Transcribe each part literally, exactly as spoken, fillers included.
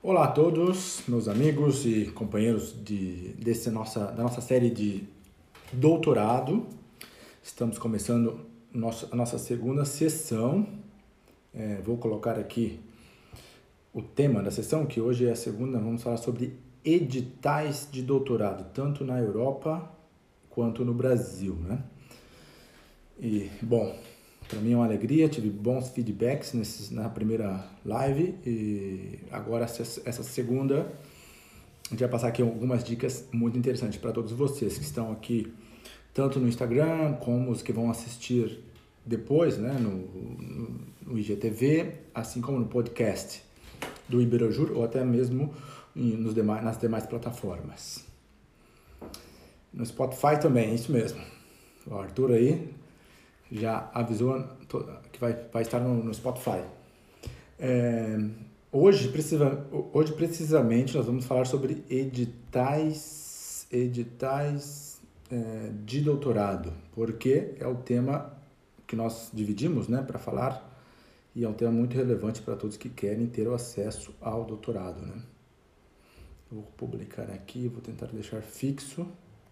Olá a todos, meus amigos e companheiros de, desse nossa, da nossa série de doutorado. Estamos começando nosso, a nossa segunda sessão. É, vou colocar aqui o tema da sessão, que hoje é a segunda. Vamos falar sobre editais de doutorado, tanto na Europa quanto no Brasil, né? E, bom, para mim é uma alegria, tive bons feedbacks nesse, na primeira live e agora essa segunda a gente vai passar aqui algumas dicas muito interessantes para todos vocês que estão aqui, tanto no Instagram como os que vão assistir depois, né, no, no, no I G T V, assim como no podcast do Iberojur ou até mesmo nos demais, nas demais plataformas. No Spotify também, é isso mesmo. O Arthur aí já avisou que vai, vai estar no, no Spotify. É, hoje, precisa, hoje, precisamente, nós vamos falar sobre editais, editais é, de doutorado, porque é o tema que nós dividimos, né, para falar, e é um tema muito relevante para todos que querem ter o acesso ao doutorado, né? Eu vou publicar aqui, vou tentar deixar fixo,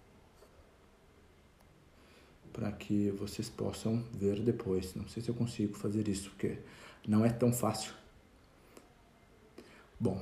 para que vocês possam ver depois. Não sei se eu consigo fazer isso, porque não é tão fácil. Bom,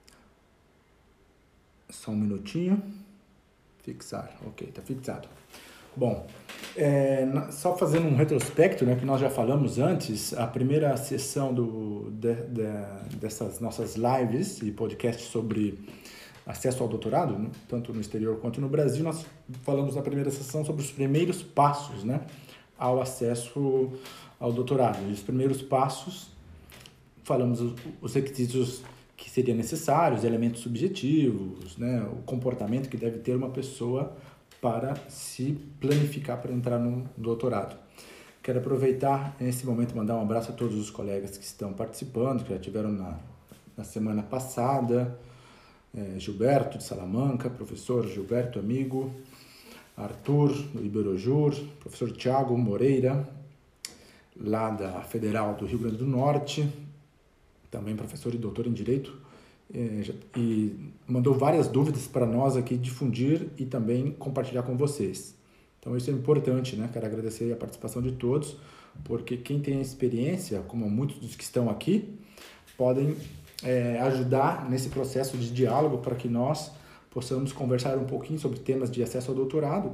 só um minutinho. Fixar, ok, tá fixado. Bom, é, só fazendo um retrospecto, né, que nós já falamos antes, a primeira sessão do, de, de, dessas nossas lives e podcasts sobre acesso ao doutorado, tanto no exterior quanto no Brasil, nós falamos na primeira sessão sobre os primeiros passos, né, ao acesso ao doutorado. E os primeiros passos, falamos os requisitos que seriam necessários, elementos subjetivos, né, o comportamento que deve ter uma pessoa para se planificar para entrar no doutorado. Quero aproveitar nesse momento e mandar um abraço a todos os colegas que estão participando, que já tiveram na, na semana passada. É, Gilberto de Salamanca, professor Gilberto Amigo, Arthur do Iberojur, professor Tiago Moreira, lá da Federal do Rio Grande do Norte, também professor e doutor em Direito, é, e mandou várias dúvidas para nós aqui difundir e também compartilhar com vocês. Então isso é importante, né? Quero agradecer a participação de todos, porque quem tem experiência, como muitos dos que estão aqui, podem É, ajudar nesse processo de diálogo para que nós possamos conversar um pouquinho sobre temas de acesso ao doutorado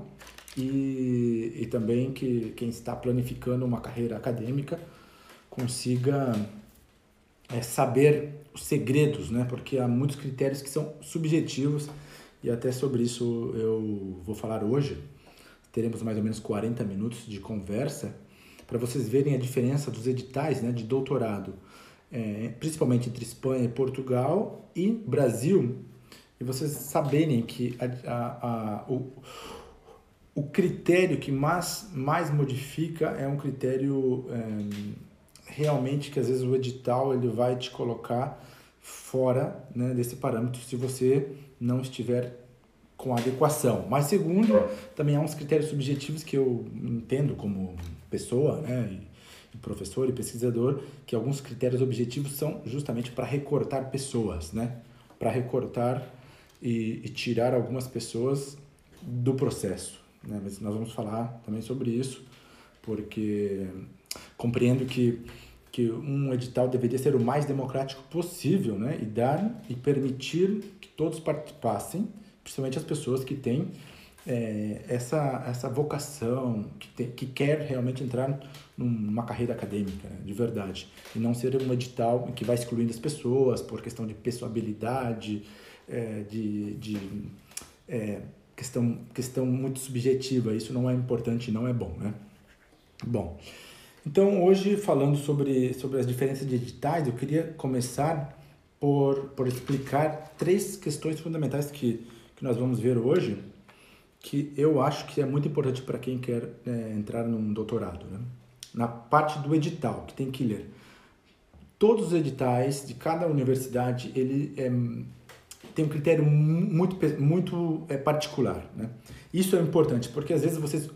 e, e também que quem está planificando uma carreira acadêmica consiga é, saber os segredos, né? Porque há muitos critérios que são subjetivos e até sobre isso eu vou falar hoje. Teremos mais ou menos quarenta minutos de conversa para vocês verem a diferença dos editais, né, de doutorado. É, principalmente entre Espanha e Portugal e Brasil, e vocês saberem que a, a, a, o, o critério que mais, mais modifica é um critério é, realmente que às vezes o edital ele vai te colocar fora, né, desse parâmetro se você não estiver com adequação. Mas segundo, também há uns critérios subjetivos que eu entendo como pessoa, né, e, professor e pesquisador, que alguns critérios objetivos são justamente para recortar pessoas, né? Para recortar e, e tirar algumas pessoas do processo, né? Mas nós vamos falar também sobre isso, porque compreendo que, que um edital deveria ser o mais democrático possível, né? E dar e permitir que todos participassem, principalmente as pessoas que têm É, essa, essa vocação, que, tem, que quer realmente entrar numa carreira acadêmica, né, de verdade, e não ser um edital que vai excluindo as pessoas por questão de pessoabilidade, é, de, de é, questão, questão muito subjetiva. Isso não é importante e não é bom, né? Bom, então hoje falando sobre, sobre as diferenças de editais, eu queria começar por, por explicar três questões fundamentais que, que nós vamos ver hoje, que eu acho que é muito importante para quem quer é, entrar num doutorado, né? Na parte do edital, que tem que ler. Todos os editais de cada universidade, ele é, tem um critério muito, muito é, particular, né? Isso é importante, porque às vezes vocês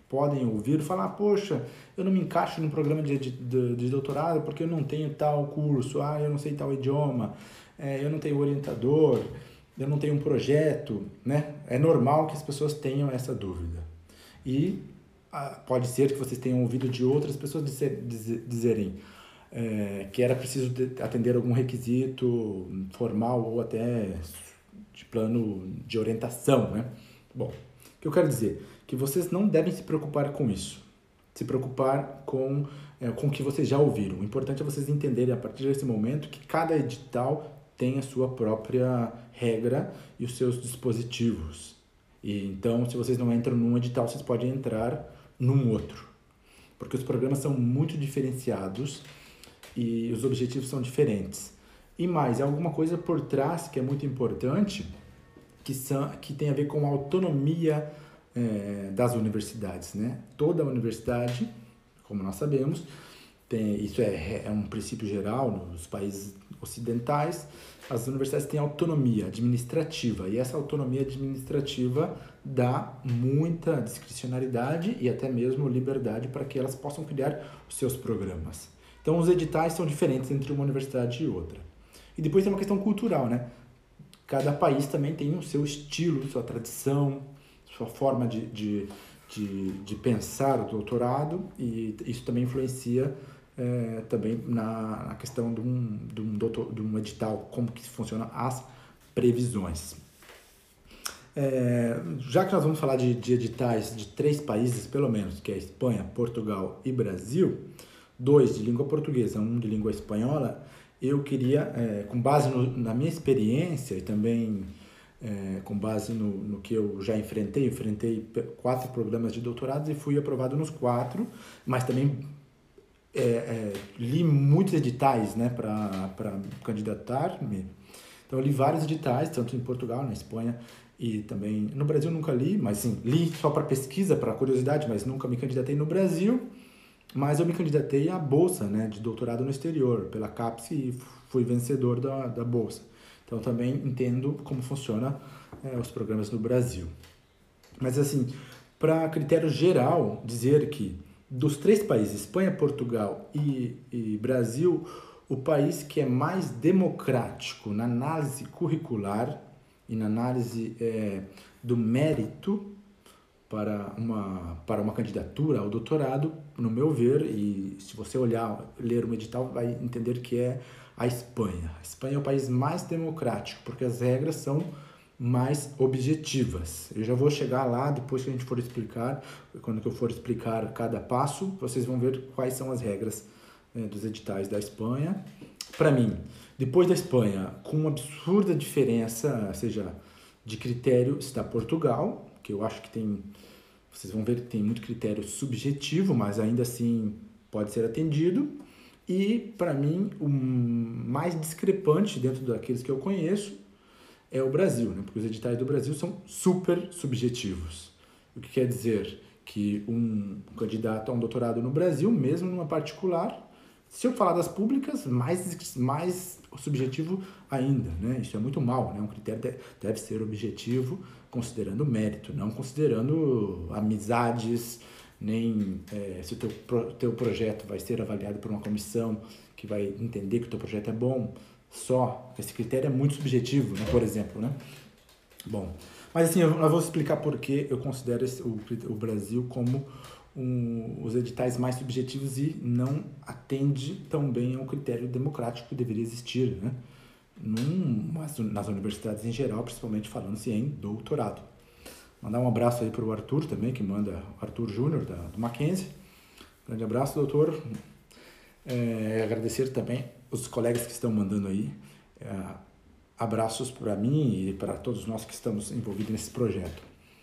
podem ouvir falar, poxa, eu não me encaixo num programa de, de, de doutorado porque eu não tenho tal curso, ah, eu não sei tal idioma, é, eu não tenho orientador, eu não tenho um projeto, né? É normal que as pessoas tenham essa dúvida. E ah, pode ser que vocês tenham ouvido de outras pessoas dizer, dizer, dizerem é, que era preciso atender algum requisito formal ou até de plano de orientação, né? Bom, o que eu quero dizer? Que vocês não devem se preocupar com isso. Se preocupar com, é, com o que vocês já ouviram. O importante é vocês entenderem a partir desse momento que cada edital tem a sua própria regra e os seus dispositivos. E, então, se vocês não entram num edital, vocês podem entrar num outro. Porque os programas são muito diferenciados e os objetivos são diferentes. E mais, há alguma coisa por trás que é muito importante, que, são, que tem a ver com a autonomia é, das universidades, né? Toda universidade, como nós sabemos, tem, isso é, é um princípio geral nos países ocidentais, as universidades têm autonomia administrativa, e essa autonomia administrativa dá muita discricionariedade e até mesmo liberdade para que elas possam criar os seus programas. Então, os editais são diferentes entre uma universidade e outra. E depois tem uma questão cultural, né? Cada país também tem o seu estilo, sua tradição, sua forma de, de, de, de pensar o doutorado, e isso também influencia é, também na, na questão de um, de, um doutor, de um edital, como que funcionam as previsões. É, já que nós vamos falar de, de editais de três países, pelo menos, que é Espanha, Portugal e Brasil, dois de língua portuguesa, um de língua espanhola, eu queria, é, com base no, na minha experiência e também é, com base no, no que eu já enfrentei, enfrentei quatro programas de doutorado e fui aprovado nos quatro, mas também é, é, li muitos editais, né, para candidatar-me. Então, eu li vários editais, tanto em Portugal, na Espanha e também no Brasil nunca li, mas sim, li só para pesquisa, para curiosidade, mas nunca me candidatei no Brasil. Mas eu me candidatei à bolsa, né, de doutorado no exterior, pela CAPES, e fui vencedor da, da bolsa. Então, também entendo como funciona é, os programas no Brasil. Mas, assim, para critério geral, dizer que dos três países, Espanha, Portugal e, e Brasil, o país que é mais democrático na análise curricular e na análise é, do mérito para uma, para uma candidatura ao doutorado, no meu ver, e se você olhar, ler um edital, vai entender que é a Espanha. A Espanha é o país mais democrático, porque as regras são mais objetivas. Eu já vou chegar lá, depois que a gente for explicar, quando eu for explicar cada passo, vocês vão ver quais são as regras né, dos editais da Espanha. Para mim, depois da Espanha, com uma absurda diferença, seja de critério, está Portugal, que eu acho que tem, vocês vão ver que tem muito critério subjetivo, mas ainda assim pode ser atendido. E, para mim, o mais discrepante dentro daqueles que eu conheço é o Brasil, né? Porque os editais do Brasil são super subjetivos. O que quer dizer que um candidato a um doutorado no Brasil, mesmo numa particular, se eu falar das públicas, mais, mais subjetivo ainda, né? Isso é muito mal, né? Um critério deve ser objetivo, considerando mérito, não considerando amizades, nem é, se o teu, teu projeto vai ser avaliado por uma comissão que vai entender que o teu projeto é bom. Só, esse critério é muito subjetivo, né? Por exemplo, né? Bom, mas assim, eu, eu vou explicar por que eu considero esse, o, o Brasil como um, os editais mais subjetivos e não atende tão bem ao critério democrático que deveria existir, né? Num, nas universidades em geral, principalmente falando-se em doutorado. Mandar um abraço aí para o Arthur também, que manda, Arthur Júnior, da, do Mackenzie. Grande abraço, doutor. É, agradecer também os colegas que estão mandando aí é, abraços para mim e para todos nós que estamos envolvidos nesse projeto.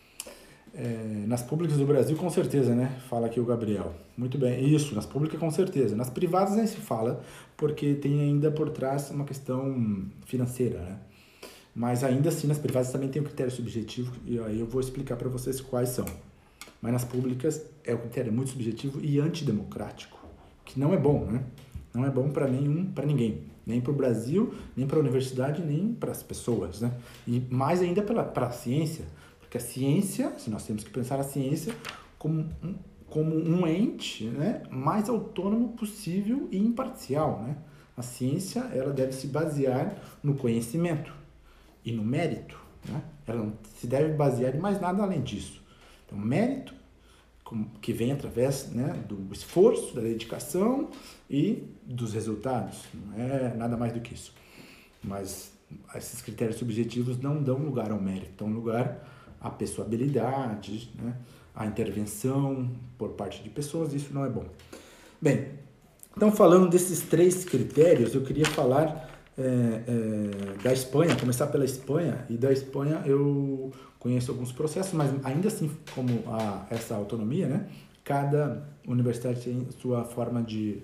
É, nas públicas do Brasil, com certeza, né? Fala aqui o Gabriel. Muito bem, isso, nas públicas com certeza. Nas privadas nem se fala, porque tem ainda por trás uma questão financeira, né? Mas ainda assim, nas privadas também tem o critério subjetivo, e aí eu vou explicar para vocês quais são. Mas nas públicas é o critério muito subjetivo e antidemocrático, que não é bom, né? Não é bom para nenhum, para ninguém. Nem para o Brasil, nem para a universidade, nem para as pessoas, né? E mais ainda para a ciência, porque a ciência, se nós temos que pensar a ciência como um, como um ente, né, mais autônomo possível e imparcial, né? A ciência, ela deve se basear no conhecimento e no mérito, né? Ela não se deve basear em mais nada além disso. Então, mérito, que vem através, né, do esforço, da dedicação e dos resultados. Não é nada mais do que isso. Mas esses critérios subjetivos não dão lugar ao mérito, dão lugar à pessoabilidade, né, à intervenção por parte de pessoas. Isso não é bom. Bem, então falando desses três critérios, eu queria falar é, é, da Espanha, começar pela Espanha. E da Espanha eu conheço alguns processos, mas ainda assim, como a, essa autonomia, né, cada universidade tem sua forma de,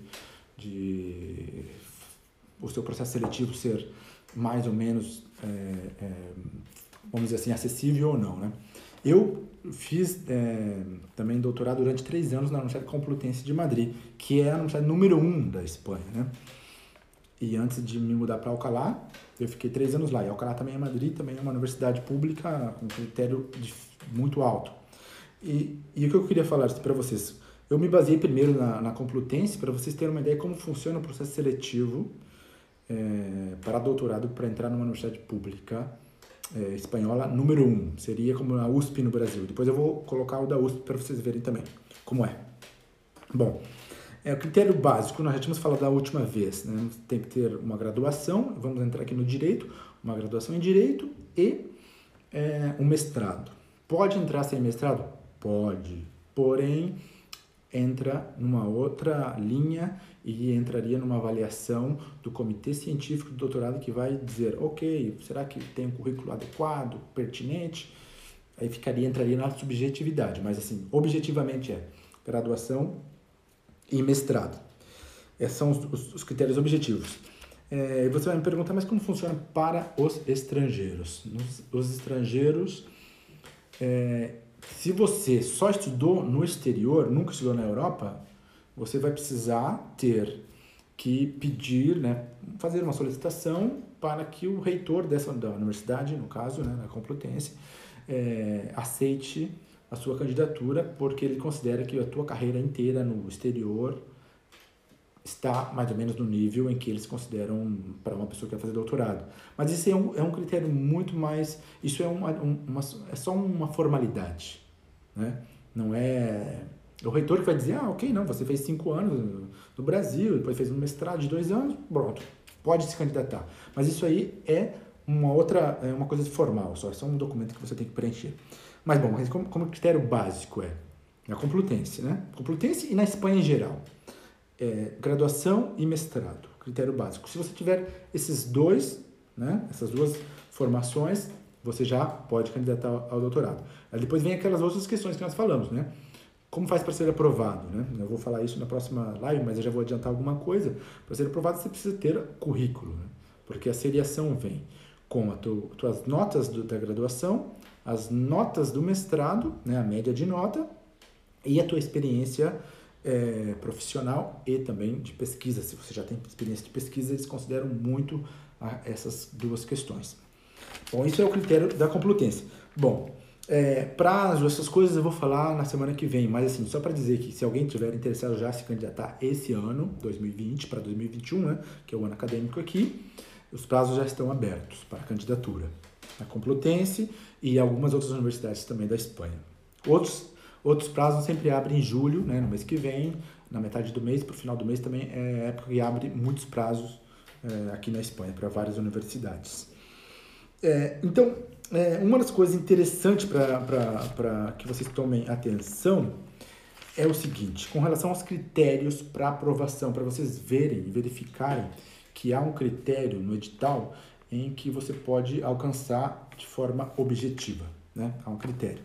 de o seu processo seletivo ser mais ou menos, é, é, vamos dizer assim, acessível ou não, né? Eu fiz é, também doutorado durante três anos na Universidade Complutense de Madrid, que é a universidade número um da Espanha, né? E antes de me mudar para Alcalá, eu fiquei três anos lá. E Alcalá também é Madrid, também é uma universidade pública com critério de, muito alto. E, e o que eu queria falar para vocês? Eu me baseei primeiro na, na Complutense, para vocês terem uma ideia de como funciona o processo seletivo é, para doutorado para entrar numa universidade pública é, espanhola número um. Seria como a U S P no Brasil. Depois eu vou colocar o da U S P para vocês verem também como é. Bom, é o critério básico, nós já tínhamos falado da última vez, né? Tem que ter uma graduação, vamos entrar aqui no direito, uma graduação em direito e é, um mestrado. Pode entrar sem mestrado? Pode, porém entra numa outra linha e entraria numa avaliação do comitê científico do doutorado que vai dizer, ok, será que tem um currículo adequado, pertinente? Aí ficaria, entraria na subjetividade, mas assim, objetivamente é graduação e mestrado. Esses são os, os, os critérios objetivos. É, você vai me perguntar, mas como funciona para os estrangeiros? Nos, os estrangeiros, é, se você só estudou no exterior, nunca estudou na Europa, você vai precisar ter que pedir, né, fazer uma solicitação para que o reitor dessa da universidade, no caso, né, na Complutense, é, aceite a sua candidatura, porque ele considera que a tua carreira inteira no exterior está mais ou menos no nível em que eles consideram para uma pessoa que vai fazer doutorado. Mas isso é um, é um critério muito mais... Isso é, uma, uma, é só uma formalidade, né? Não é... O reitor que vai dizer, ah, ok, não, você fez cinco anos no Brasil, depois fez um mestrado de dois anos, pronto, pode se candidatar. Mas isso aí é uma outra, é uma coisa formal, só é só um documento que você tem que preencher. Mas, bom, como, como critério básico é a Complutense, né? Complutense e na Espanha em geral. É, graduação e mestrado, critério básico. Se você tiver esses dois, né, essas duas formações, você já pode candidatar ao, ao doutorado. Aí depois vem aquelas outras questões que nós falamos, né? Como faz para ser aprovado, né? Eu vou falar isso na próxima live, mas eu já vou adiantar alguma coisa. Para ser aprovado, você precisa ter currículo, né? Porque a seriação vem com as tu, tuas notas do, da graduação, as notas do mestrado, né, a média de nota, e a tua experiência é, profissional e também de pesquisa. Se você já tem experiência de pesquisa, eles consideram muito a, essas duas questões. Bom, isso é o critério da Complutense. Bom, é, prazo, essas coisas eu vou falar na semana que vem, mas assim, só para dizer que se alguém tiver interessado já se candidatar esse ano, dois mil e vinte para dois mil e vinte e um, né, que é o ano acadêmico aqui, os prazos já estão abertos para candidatura. A Complutense e algumas outras universidades também da Espanha. Outros, outros prazos sempre abrem em julho, né, no mês que vem, na metade do mês, para o final do mês também é época que abre muitos prazos é, aqui na Espanha, para várias universidades. É, então, é, uma das coisas interessantes para que vocês tomem atenção é o seguinte, com relação aos critérios para aprovação, para vocês verem e verificarem que há um critério no edital em que você pode alcançar de forma objetiva, né? Há um critério.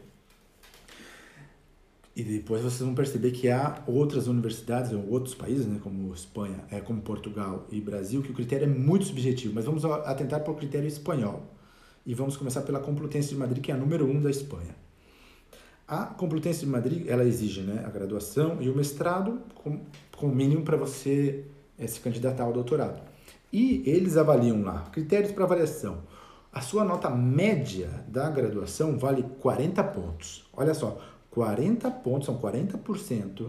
E depois vocês vão perceber que há outras universidades ou outros países, né, como Espanha, é, como Portugal e Brasil, que o critério é muito subjetivo, mas vamos atentar para o critério espanhol. E vamos começar pela Complutense de Madrid, que é a número um da Espanha. A Complutense de Madrid, ela exige, né, a graduação e o mestrado com, com o mínimo para você é, se candidatar ao doutorado. E eles avaliam lá, critérios para avaliação. A sua nota média da graduação vale quarenta pontos. Olha só, quarenta pontos, são quarenta por cento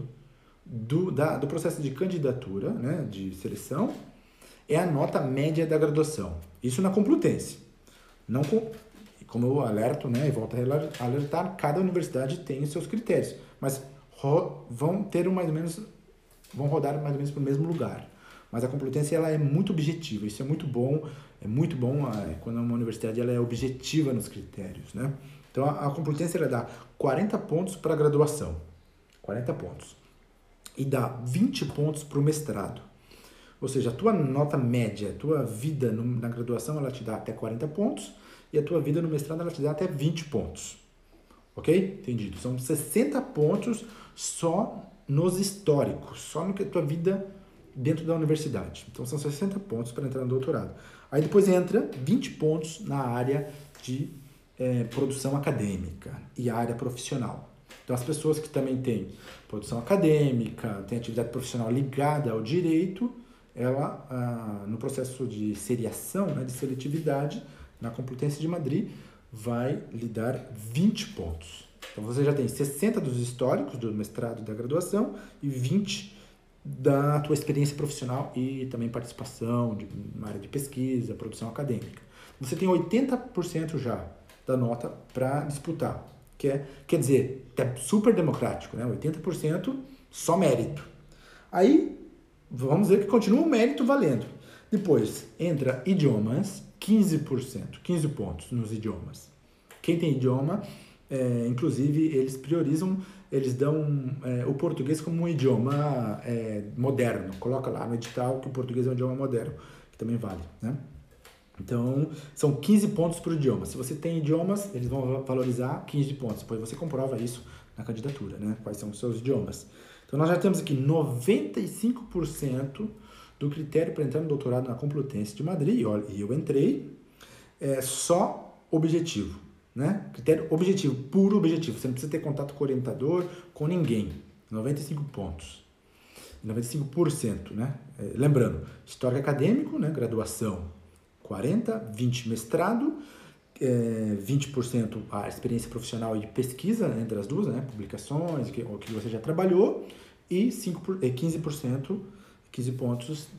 do, da, do processo de candidatura, né, de seleção, é a nota média da graduação. Isso na Complutense. Não com, como eu alerto, né, e volto a alertar, cada universidade tem os seus critérios, mas ro, vão ter mais ou menos, vão rodar mais ou menos para o mesmo lugar. Mas a Complutense ela é muito objetiva, isso é muito bom, é muito bom é, quando uma universidade ela é objetiva nos critérios, né? Então a, a Complutense ela dá quarenta pontos para a graduação, quarenta pontos, e dá vinte pontos para o mestrado. Ou seja, a tua nota média, a tua vida no, na graduação ela te dá até quarenta pontos e a tua vida no mestrado ela te dá até vinte pontos. Ok? Entendido? São sessenta pontos só nos históricos, só no que a tua vida dentro da universidade. Então são sessenta pontos para entrar no doutorado. Aí depois entra vinte pontos na área de é, produção acadêmica e área profissional. Então as pessoas que também têm produção acadêmica, têm atividade profissional ligada ao direito, ela, ah, no processo de seriação, né, de seletividade, na Complutense de Madrid, vai lhe dar vinte pontos. Então você já tem sessenta dos históricos do mestrado e da graduação e vinte da tua experiência profissional e também participação de, na área de pesquisa, produção acadêmica. Você tem oitenta por cento já da nota para disputar, que é, quer dizer, é super democrático, né? oitenta por cento só mérito. Aí, vamos ver que continua o mérito valendo. Depois, entra idiomas, quinze por cento, quinze pontos nos idiomas. Quem tem idioma, é, inclusive, eles priorizam, eles dão é, o português como um idioma é, moderno. Coloca lá no edital que o português é um idioma moderno, que também vale, né? Então, são quinze pontos por idioma. Se você tem idiomas, eles vão valorizar quinze pontos. Depois você comprova isso na candidatura, né? Quais são os seus idiomas. Então, nós já temos aqui noventa e cinco por cento do critério para entrar no doutorado na Complutense de Madrid, e eu entrei, é só objetivo, né? Critério objetivo, puro objetivo. Você não precisa ter contato com o orientador, com ninguém. noventa e cinco pontos. noventa e cinco por cento, né? É, lembrando, histórico acadêmico, né? Graduação, quarenta, vinte mestrado, é, vinte por cento a experiência profissional e pesquisa entre as duas, né? Publicações, que, o que você já trabalhou, e cinco por, é, quinze por cento, quinze pontos,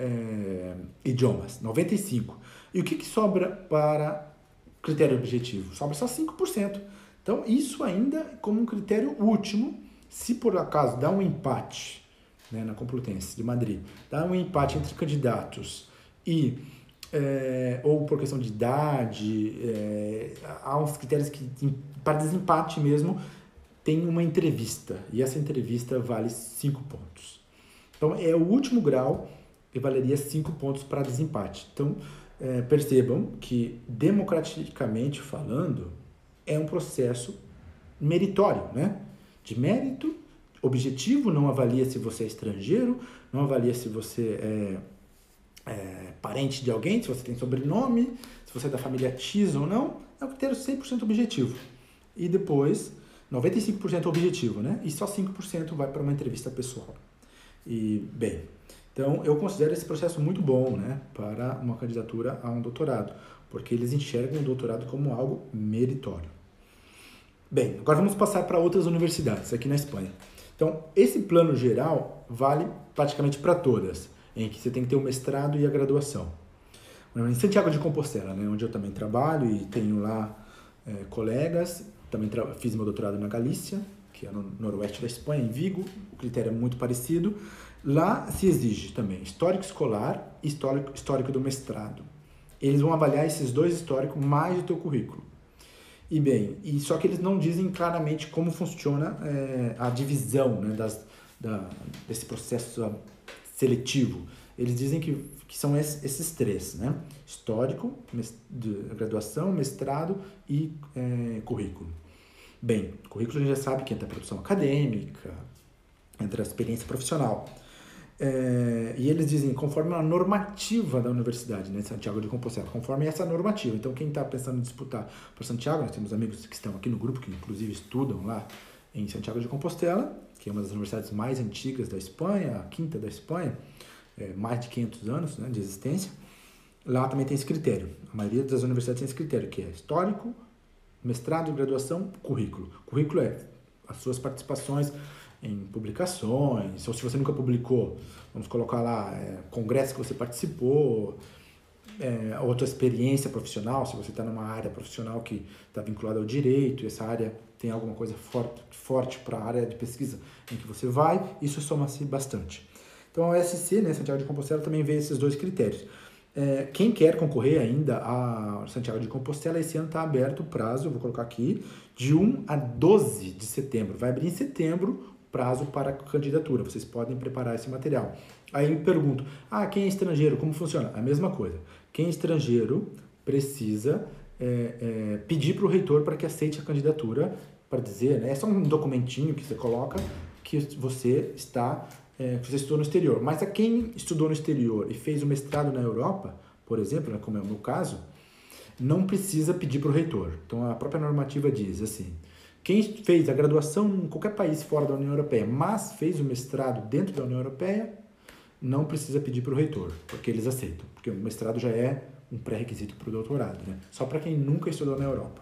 é, idiomas, noventa e cinco por cento. E o que, que sobra para critério objetivo? Sobra só cinco por cento. Então, isso ainda como um critério último, se por acaso dá um empate, né, na Complutense de Madrid, dá um empate entre candidatos e É, ou por questão de idade, é, há uns critérios que, para desempate mesmo, tem uma entrevista, e essa entrevista vale cinco pontos. Então, é o último grau e valeria cinco pontos para desempate. Então, é, percebam que, democraticamente falando, é um processo meritório, né? De mérito, objetivo, não avalia se você é estrangeiro, não avalia se você é É, parente de alguém, se você tem sobrenome, se você é da família X ou não, é um critério cem por cento objetivo. E depois, noventa e cinco por cento objetivo, né? E só cinco por cento vai para uma entrevista pessoal. E, bem, então eu considero esse processo muito bom, né? Para uma candidatura a um doutorado, porque eles enxergam o doutorado como algo meritório. Bem, agora vamos passar para outras universidades aqui na Espanha. Então, esse plano geral vale praticamente para todas, em que você tem que ter o mestrado e a graduação. Em Santiago de Compostela, né, onde eu também trabalho e tenho lá é, colegas, também fiz meu doutorado na Galícia, que é no noroeste da Espanha, em Vigo, o critério é muito parecido. Lá se exige também histórico escolar e histórico, histórico do mestrado. Eles vão avaliar esses dois históricos mais o teu currículo. E bem, e só que eles não dizem claramente como funciona é, a divisão, né, das, da, desse processo seletivo. Eles dizem que, que são esses, esses três, né? Histórico, mest, de graduação, mestrado e é, currículo. Bem, currículo a gente já sabe que entra a produção acadêmica, entra a experiência profissional. É, e eles dizem, conforme a normativa da universidade, né, Santiago de Compostela, conforme essa normativa. Então, quem está pensando em disputar para Santiago, nós temos amigos que estão aqui no grupo, que inclusive estudam lá em Santiago de Compostela, que é uma das universidades mais antigas da Espanha, a quinta da Espanha, é, mais de quinhentos anos, né, de existência. Lá também tem esse critério. A maioria das universidades tem esse critério, que é histórico, mestrado, graduação, currículo. Currículo é as suas participações em publicações, ou se você nunca publicou, vamos colocar lá, é, congresso que você participou, é, outra experiência profissional, se você está numa área profissional que está vinculada ao direito, e essa área tem alguma coisa forte, forte para a área de pesquisa em que você vai, isso soma-se bastante. Então, a O S C, né, Santiago de Compostela, também vê esses dois critérios. É, quem quer concorrer ainda a Santiago de Compostela, esse ano está aberto o prazo, eu vou colocar aqui, de um a doze de setembro. Vai abrir em setembro o prazo para candidatura. Vocês podem preparar esse material. Aí eu me pergunto, ah, quem é estrangeiro, como funciona? A mesma coisa. Quem é estrangeiro precisa é, é, pedir para o reitor para que aceite a candidatura, para dizer, né, é só um documentinho que você coloca que você está... É, que você estudou no exterior, mas a quem estudou no exterior e fez o mestrado na Europa, por exemplo, né, como é o meu caso, não precisa pedir para o reitor. Então a própria normativa diz assim, quem fez a graduação em qualquer país fora da União Europeia, mas fez o mestrado dentro da União Europeia, não precisa pedir para o reitor, porque eles aceitam, porque o mestrado já é um pré-requisito para o doutorado, né? Só para quem nunca estudou na Europa.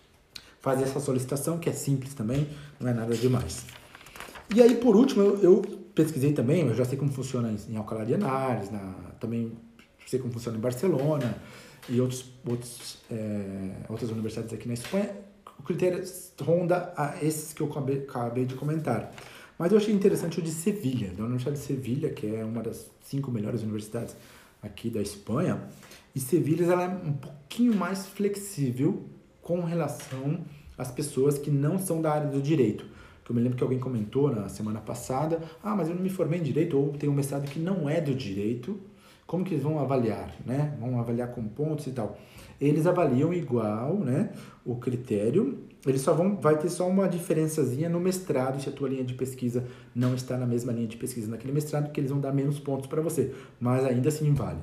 Faz essa solicitação, que é simples também, não é nada demais. E aí, por último, eu, eu pesquisei também, eu já sei como funciona em Alcalá de Henares, na, também sei como funciona em Barcelona e outros, outros, é, outras universidades aqui na Espanha. O critério ronda a esses que eu acabei, acabei de comentar. Mas eu achei interessante o de Sevilha, da Universidade de Sevilha, que é uma das cinco melhores universidades aqui da Espanha. E Sevilha ela é um pouquinho mais flexível com relação às pessoas que não são da área do direito. Eu me lembro que alguém comentou na semana passada, ah, mas eu não me formei em direito, ou tenho um mestrado que não é do direito, como que eles vão avaliar, né? Vão avaliar com pontos e tal. Eles avaliam igual, né, o critério, eles só vão, vai ter só uma diferençazinha no mestrado, se a tua linha de pesquisa não está na mesma linha de pesquisa naquele mestrado, que eles vão dar menos pontos para você, mas ainda assim vale.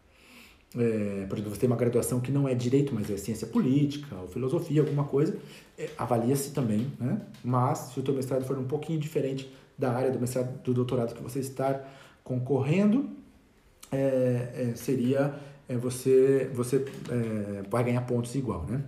É, por exemplo, você tem uma graduação que não é direito, mas é ciência política ou filosofia, alguma coisa, é, avalia-se também, né? Mas se o teu mestrado for um pouquinho diferente da área do mestrado, do doutorado que você está concorrendo, é, é, seria é, você, você é, vai ganhar pontos igual, né?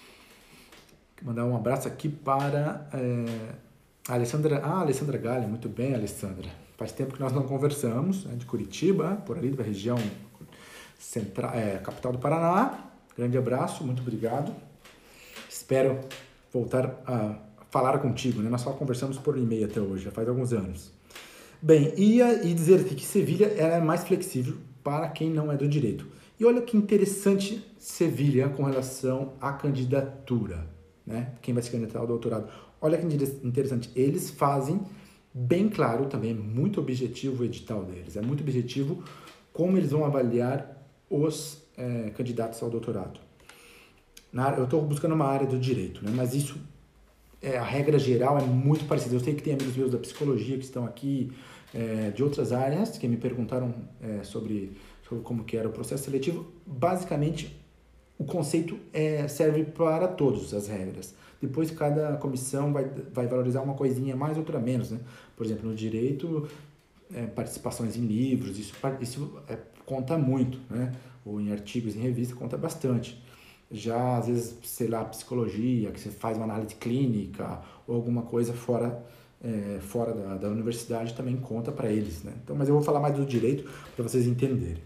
Vou mandar um abraço aqui para é, a Alessandra, ah, Alessandra Galli, muito bem, Alessandra. Faz tempo que nós não conversamos, né, de Curitiba, por ali da região Central, é, capital do Paraná. Grande abraço, muito obrigado. Espero voltar a falar contigo, né? Nós só conversamos por e-mail até hoje, já faz alguns anos. Bem, ia e dizer aqui que Sevilha é mais flexível para quem não é do direito. E olha que interessante Sevilha com relação à candidatura, né? Quem vai se candidatar ao doutorado. Olha que interessante, eles fazem bem claro também, muito objetivo o edital deles, é muito objetivo como eles vão avaliar os é, candidatos ao doutorado. Na, eu estou buscando uma área do direito, né? Mas isso, é, a regra geral é muito parecida. Eu sei que tem amigos meus da psicologia que estão aqui, é, de outras áreas, que me perguntaram é, sobre, sobre como que era o processo seletivo. Basicamente, o conceito é, serve para todos as regras. Depois, cada comissão vai, vai valorizar uma coisinha mais, outra menos, né? Por exemplo, no direito, é, participações em livros, isso, isso é, conta muito, né? Ou em artigos, em revista, conta bastante. Já, às vezes, sei lá, psicologia, que você faz uma análise clínica ou alguma coisa fora, é, fora da, da universidade também conta para eles, né? Então, mas eu vou falar mais do direito para vocês entenderem.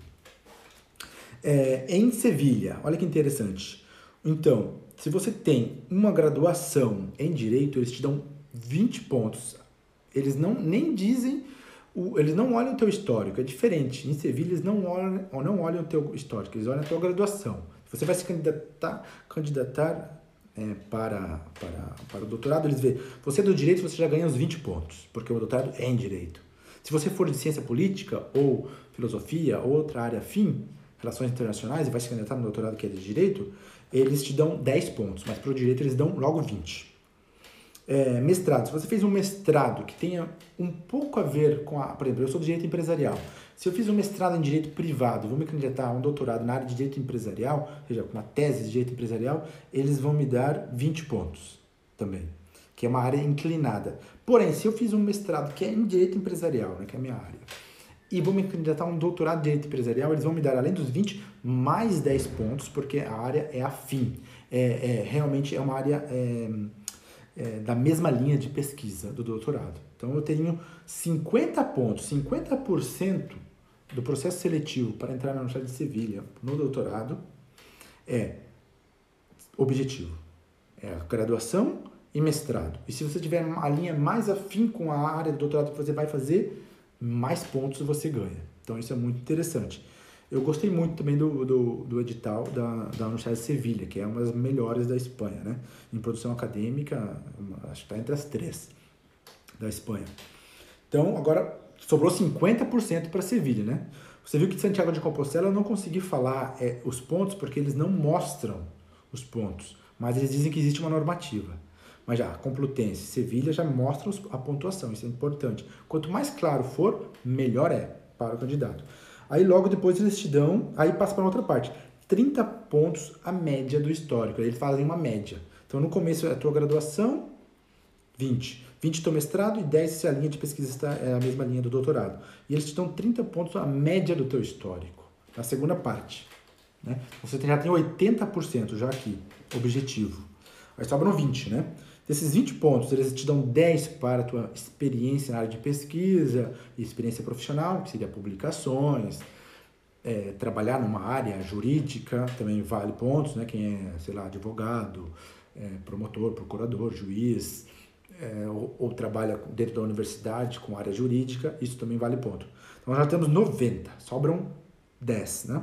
É, em Sevilha, olha que interessante. Então, se você tem uma graduação em direito, eles te dão vinte pontos. Eles não nem dizem... O, eles não olham o teu histórico, é diferente. Em Sevilha, eles não olham, ou não olham o teu histórico, eles olham a tua graduação. Você vai se candidatar, candidatar é, para, para, para o doutorado, eles veem, você é do direito, você já ganha os vinte pontos, porque o doutorado é em direito. Se você for de ciência política, ou filosofia, ou outra área afim, relações internacionais, e vai se candidatar no doutorado que é de direito, eles te dão dez pontos, mas para o direito eles dão logo vinte. É, mestrado, se você fez um mestrado que tenha um pouco a ver com a... Por exemplo, eu sou de direito empresarial. Se eu fiz um mestrado em direito privado e vou me candidatar a um doutorado na área de direito empresarial, ou seja, com uma tese de direito empresarial, eles vão me dar vinte pontos também, que é uma área inclinada. Porém, se eu fiz um mestrado que é em direito empresarial, né, que é a minha área, e vou me candidatar a um doutorado de direito empresarial, eles vão me dar, além dos vinte, mais dez pontos, porque a área é afim. É, é, realmente é uma área... É, é, da mesma linha de pesquisa do doutorado. Então eu tenho cinquenta pontos, cinquenta por cento do processo seletivo para entrar na Universidade de Sevilha no doutorado é objetivo. É graduação e mestrado. E se você tiver a linha mais afim com a área do doutorado que você vai fazer, mais pontos você ganha. Então isso é muito interessante. Eu gostei muito também do, do, do edital da, da Universidade de Sevilha, que é uma das melhores da Espanha, né? Em produção acadêmica, acho que está entre as três da Espanha. Então, agora, sobrou cinquenta por cento para Sevilha, né? Você viu que de Santiago de Compostela eu não consegui falar é, os pontos, porque eles não mostram os pontos, mas eles dizem que existe uma normativa. Mas já, Complutense, Sevilha já mostra a pontuação, isso é importante. Quanto mais claro for, melhor é para o candidato. Aí logo depois eles te dão, aí passa para outra parte, trinta pontos a média do histórico, aí eles fazem uma média. Então no começo é a tua graduação, vinte. vinte teu mestrado e dez se a linha de pesquisa está, é a mesma linha do doutorado. E eles te dão trinta pontos a média do teu histórico, na segunda parte. Né? Você já tem oitenta por cento já aqui, objetivo. Aí sobram vinte, né? Desses vinte pontos, eles te dão dez para a tua experiência na área de pesquisa e experiência profissional, que seria publicações, é, trabalhar numa área jurídica, também vale pontos, né? Quem é, sei lá, advogado, é, promotor, procurador, juiz, é, ou, ou trabalha dentro da universidade com área jurídica, isso também vale ponto. Então, nós já temos noventa, sobram dez, né?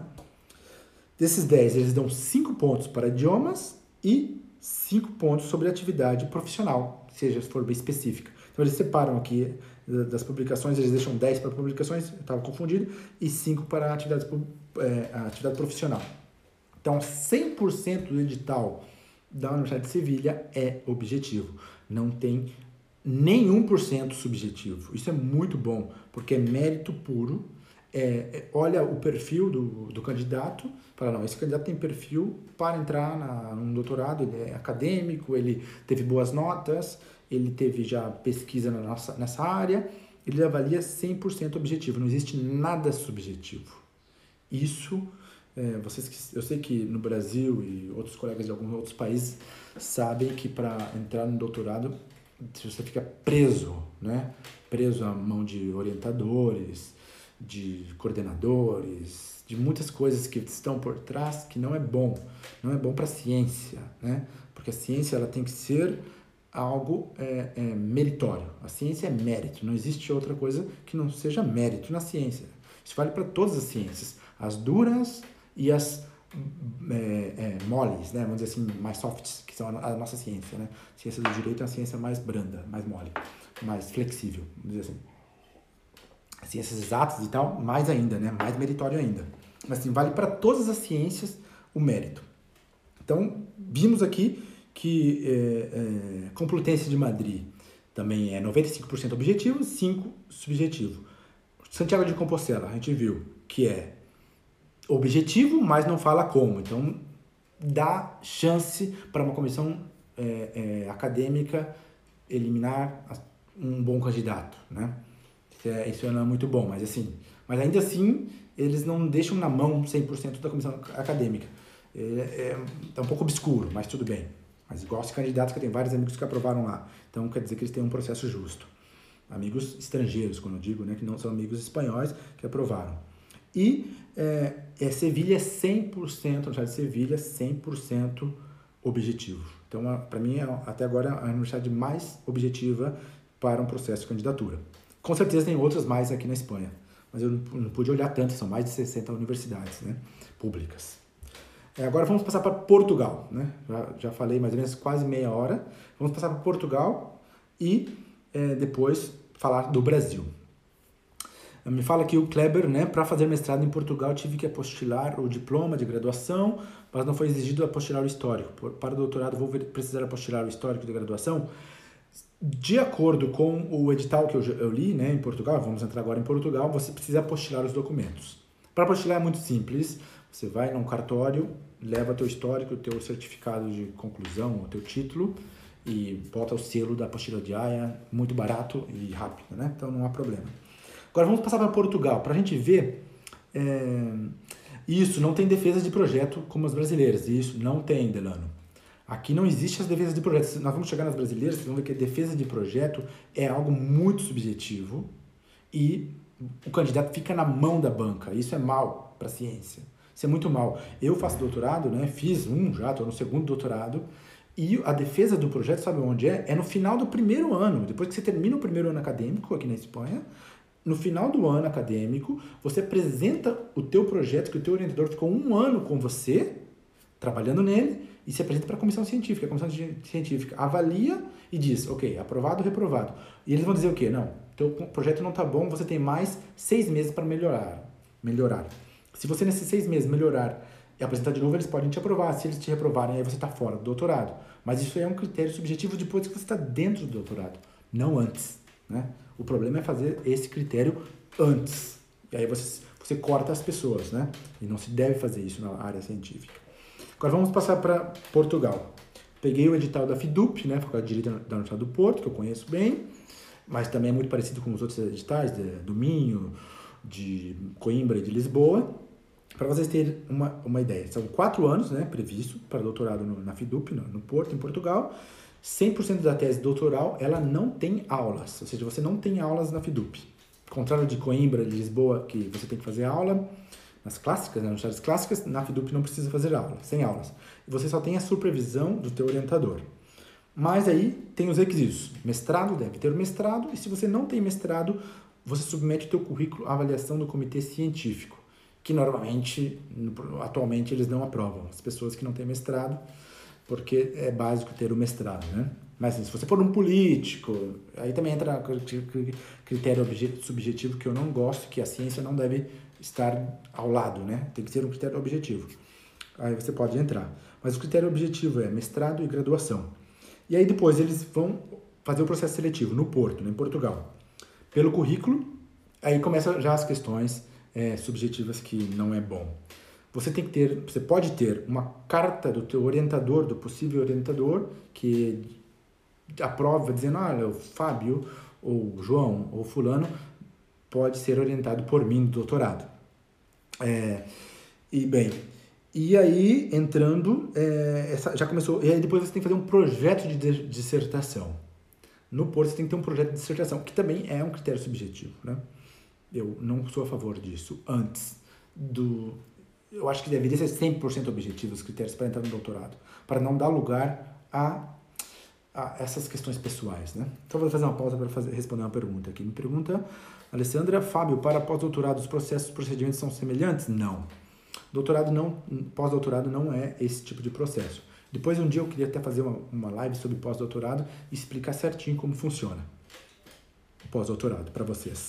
Desses dez, eles dão cinco pontos para idiomas e cinco pontos sobre atividade profissional, seja se for bem específica. Então eles separam aqui das publicações, eles deixam dez para publicações, eu estava confundido, e cinco para atividade, é, atividade profissional. Então cem por cento do edital da Universidade de Sevilha é objetivo, não tem nenhum por cento subjetivo. Isso é muito bom, porque é mérito puro. É, é, olha o perfil do, do candidato, fala, não, esse candidato tem perfil para entrar na, num doutorado, ele é acadêmico, ele teve boas notas, ele teve já pesquisa na nossa, nessa área, ele avalia cem por cento objetivo, não existe nada subjetivo. Isso, é, vocês, eu sei que no Brasil e outros colegas de alguns outros países sabem que para entrar no doutorado você fica preso, né? Preso à mão de orientadores, de coordenadores, de muitas coisas que estão por trás que não é bom, não é bom para a ciência, né? Porque a ciência ela tem que ser algo é, é, meritório. A ciência é mérito, não existe outra coisa que não seja mérito na ciência. Isso vale para todas as ciências, as duras e as é, é, moles, né? Vamos dizer assim, mais softs, que são a, a nossa ciência, né? A ciência do direito é uma ciência mais branda, mais mole, mais flexível, vamos dizer assim. Ciências exatas e tal, mais ainda, né? Mais meritório ainda. Mas assim, vale para todas as ciências o mérito. Então, vimos aqui que é, é, Complutense de Madrid também é noventa e cinco por cento objetivo, cinco por cento subjetivo. Santiago de Compostela, a gente viu que é objetivo, mas não fala como. Então, dá chance para uma comissão é, é, acadêmica eliminar um bom candidato, né? É, isso não é muito bom, mas assim, mas ainda assim eles não deixam na mão cem por cento da comissão acadêmica. É, é, é um pouco obscuro, mas tudo bem. Mas igual os candidatos, que eu tenho vários amigos que aprovaram lá, então quer dizer que eles têm um processo justo. Amigos estrangeiros, quando eu digo, né, que não são amigos espanhóis que aprovaram. E é, é Sevilha é cem por cento, a Universidade de Sevilha é cem por cento objetivo. Então, para mim, é, até agora, a universidade mais objetiva para um processo de candidatura. Com certeza tem outras mais aqui na Espanha, mas eu não pude olhar tanto, são mais de sessenta universidades, né, públicas. É, agora vamos passar para Portugal, né? Já, já falei mais ou menos quase meia hora. Vamos passar para Portugal e é, depois falar do Brasil. Me fala aqui o Kleber, né? Para fazer mestrado em Portugal tive que apostilar o diploma de graduação, mas não foi exigido apostilar o histórico. Para o doutorado vou precisar apostilar o histórico de graduação? De acordo com o edital que eu, eu li, né, em Portugal, vamos entrar agora em Portugal, você precisa apostilar os documentos. Para apostilar é muito simples, você vai num cartório, leva teu histórico, o teu certificado de conclusão, o teu título e bota o selo da apostila diária, muito barato e rápido, né? Então não há problema. Agora vamos passar para Portugal, para a gente ver, é, isso não tem defesa de projeto como as brasileiras, isso não tem, Delano. Aqui não existe as defesas de projeto. Nós vamos chegar nas brasileiras, vocês vão ver que a defesa de projeto é algo muito subjetivo e o candidato fica na mão da banca. Isso é mal para a ciência. Isso é muito mal. Eu faço doutorado, né? Fiz um já, estou no segundo doutorado, e a defesa do projeto, sabe onde é? É no final do primeiro ano. Depois que você termina o primeiro ano acadêmico aqui na Espanha, no final do ano acadêmico, você apresenta o teu projeto, que o teu orientador ficou um ano com você, trabalhando nele, e se apresenta para a comissão científica. A comissão científica avalia e diz, ok, aprovado ou reprovado. E eles vão dizer o quê? Não, teu projeto não está bom, você tem mais seis meses para melhorar. melhorar. Se você nesses seis meses melhorar e apresentar de novo, eles podem te aprovar. Se eles te reprovarem, aí você está fora do doutorado. Mas isso é um critério subjetivo depois que você está dentro do doutorado, não antes, né? O problema é fazer esse critério antes. E aí você, você corta as pessoas, né? E não se deve fazer isso na área científica. Agora vamos passar para Portugal. Peguei o edital da FIDUP, né? Faculdade de Direito da Universidade do Porto, que eu conheço bem, mas também é muito parecido com os outros editais, de, do Minho, de Coimbra e de Lisboa. Para vocês terem uma, uma ideia, são quatro anos, né, previsto para doutorado no, na FIDUP, no, no Porto, em Portugal. cem por cento da tese doutoral, ela não tem aulas, ou seja, você não tem aulas na FIDUP. Ao contrário de Coimbra e Lisboa, que você tem que fazer aula nas clássicas, nas universidades clássicas, na FIDUP não precisa fazer aula, sem aulas. E você só tem a supervisão do teu orientador. Mas aí tem os requisitos. Mestrado, deve ter o mestrado, e se você não tem mestrado, você submete o teu currículo à avaliação do comitê científico, que normalmente, atualmente, eles não aprovam. As pessoas que não têm mestrado, porque é básico ter o mestrado, né? Mas assim, se você for um político, aí também entra critério subjetivo que eu não gosto, que a ciência não deve estar ao lado, né? Tem que ser um critério objetivo. Aí você pode entrar. Mas o critério objetivo é mestrado e graduação. E aí depois eles vão fazer o processo seletivo no Porto, né, em Portugal. Pelo currículo, aí começam já as questões é, subjetivas que não é bom. Você tem que ter, você pode ter uma carta do teu orientador, do possível orientador, que aprova dizendo, olha, o Fábio, ou o João, ou o fulano, pode ser orientado por mim no doutorado. É, e bem, e aí entrando, é, essa, já começou, e aí depois você tem que fazer um projeto de dissertação. No Porto você tem que ter um projeto de dissertação, que também é um critério subjetivo, né? Eu não sou a favor disso. Antes do... Eu acho que deveria ser cem por cento objetivo os critérios para entrar no doutorado, para não dar lugar a, a essas questões pessoais, né? Então vou fazer uma pausa para fazer, responder uma pergunta aqui. Me pergunta, Alessandra, Fábio, para pós-doutorado os processos, os procedimentos são semelhantes? Não. Doutorado não, pós-doutorado não é esse tipo de processo. Depois um dia eu queria até fazer uma, uma live sobre pós-doutorado e explicar certinho como funciona o pós-doutorado para vocês.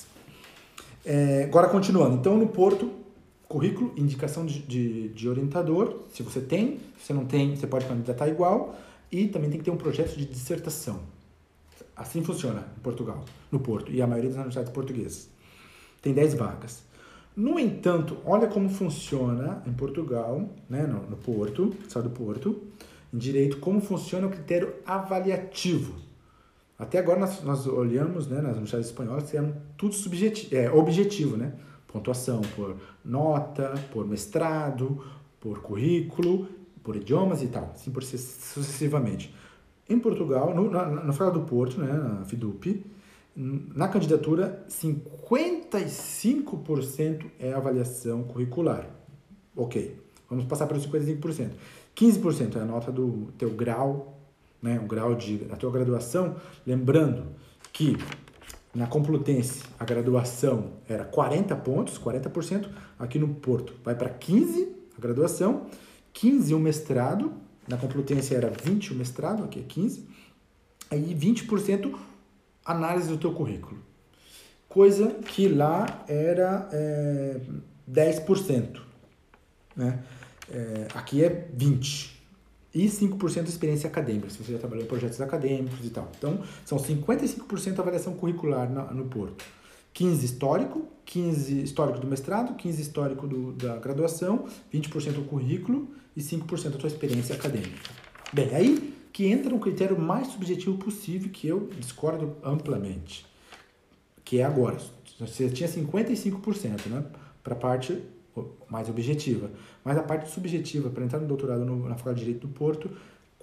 É, agora continuando, então no Porto, currículo, indicação de, de, de orientador, se você tem, se você não tem, você pode candidatar igual, e também tem que ter um projeto de dissertação. Assim funciona em Portugal, no Porto, e a maioria das universidades portuguesas. Tem dez vagas. No entanto, olha como funciona em Portugal, né, no, no Porto, estado do Porto, em direito, como funciona o critério avaliativo. Até agora nós, nós olhamos, né, nas universidades espanholas que eram tudo subjetivo, é, objetivo, né? Pontuação por nota, por mestrado, por currículo, por idiomas e tal, assim por sucessivamente. Em Portugal, no, na, na Faculdade do Porto, né, na FIDUP, na candidatura, cinquenta e cinco por cento é avaliação curricular. Ok, vamos passar para os cinquenta e cinco por cento. quinze por cento é a nota do teu grau, né, o grau de, da tua graduação. Lembrando que na Complutense a graduação era quarenta pontos, quarenta por cento. Aqui no Porto vai para quinze a graduação, quinze o mestrado. Na Complutense era vinte o mestrado, aqui é quinze. Aí vinte por cento análise do teu currículo. Coisa que lá era é, dez por cento. Né? É, aqui é vinte por cento. E cinco por cento experiência acadêmica, se você já trabalhou em projetos acadêmicos e tal. Então, são cinquenta e cinco por cento avaliação curricular na, no Porto. quinze histórico, quinze histórico do mestrado, quinze histórico do, da graduação, vinte por cento o currículo e cinco por cento a tua experiência acadêmica. Bem, aí que entra um critério mais subjetivo possível, que eu discordo amplamente, que é agora. Você tinha cinquenta e cinco por cento, né, para a parte mais objetiva. Mas a parte subjetiva, para entrar no doutorado no, na Faculdade de Direito do Porto,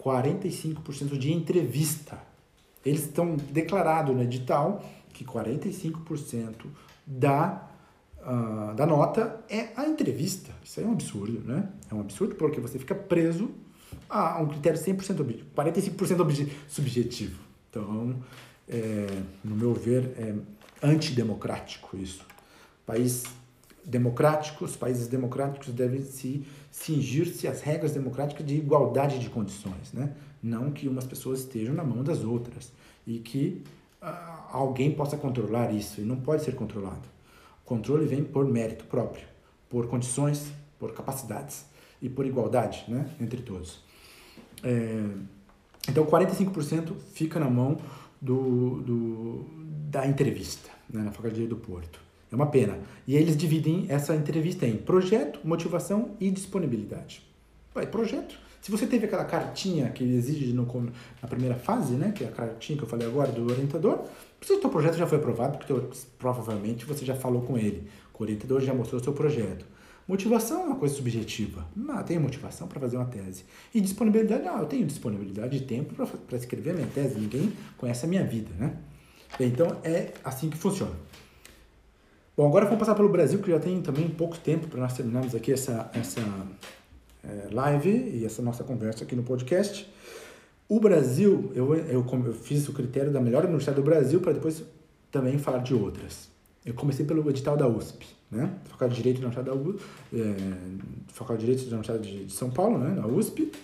quarenta e cinco por cento de entrevista. Eles estão declarados no edital que quarenta e cinco por cento da, uh, da nota é a entrevista. Isso aí é um absurdo, né? É um absurdo porque você fica preso a um critério cem por cento objetivo, quarenta e cinco por cento obje, subjetivo. Então, é, no meu ver, é antidemocrático isso. País democrático, os países democráticos devem se cingir-se às regras democráticas de igualdade de condições, né? Não que umas pessoas estejam na mão das outras e que ah, alguém possa controlar isso, e não pode ser controlado. O controle vem por mérito próprio, por condições, por capacidades e por igualdade, né, entre todos. É, então, quarenta e cinco por cento fica na mão do, do, da entrevista, né, na Faculdade do Porto. É uma pena. E eles dividem essa entrevista em projeto, motivação e disponibilidade. Vai, projeto. Se você teve aquela cartinha que ele exige no, na primeira fase, né, que é a cartinha que eu falei agora do orientador, o seu projeto já foi aprovado, porque teu, provavelmente você já falou com ele. O orientador já mostrou o seu projeto. Motivação é uma coisa subjetiva. Ah, eu tenho motivação para fazer uma tese. E disponibilidade, ah, eu tenho disponibilidade de tempo para escrever a minha tese. Ninguém conhece a minha vida, né? Então, é assim que funciona. Bom, agora vamos passar pelo Brasil, que já tem também pouco tempo para nós terminarmos aqui essa, essa é, live e essa nossa conversa aqui no podcast. O Brasil, eu, eu, eu fiz o critério da melhor universidade do Brasil para depois também falar de outras. Eu comecei pelo edital da U S P, né? Faculdade de Direito da Universidade da U S P, é, Faculdade de Direito da Universidade de São Paulo, né? Na U S P.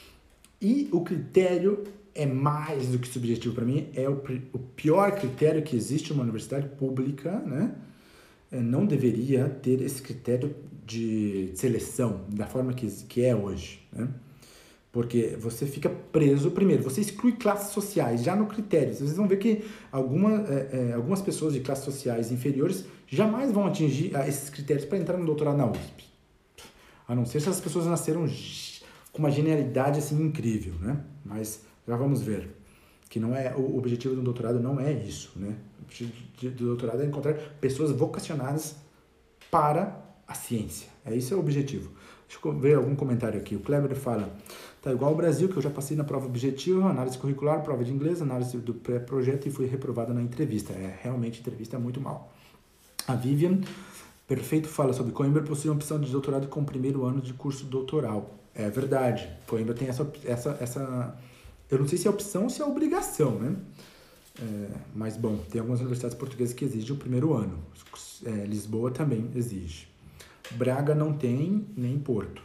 E o critério é mais do que subjetivo para mim, é o, o pior critério que existe em uma universidade pública, né? Não deveria ter esse critério de seleção da forma que, que é hoje, né? Porque você fica preso, primeiro, você exclui classes sociais já no critério. Vocês vão ver que alguma, é, é, algumas pessoas de classes sociais inferiores jamais vão atingir esses critérios para entrar no doutorado na U S P. A não ser se as pessoas nasceram com uma genialidade assim incrível, né? Mas já vamos ver que não é o objetivo do doutorado não é isso, né? O objetivo do doutorado é encontrar pessoas vocacionadas para a ciência. É isso é o objetivo. Deixa eu ver algum comentário aqui. O Kleber fala, tá igual ao Brasil, que eu já passei na prova objetiva, análise curricular, prova de inglês, análise do pré-projeto e fui reprovada na entrevista. É, realmente, a entrevista é muito mal. A Vivian, perfeito, fala sobre Coimbra possui uma opção de doutorado com o primeiro ano de curso doutoral. É verdade. Coimbra tem essa... essa, essa eu não sei se é opção ou se é obrigação, né? É, mas, bom, tem algumas universidades portuguesas que exigem o primeiro ano. É, Lisboa também exige. Braga não tem, nem Porto.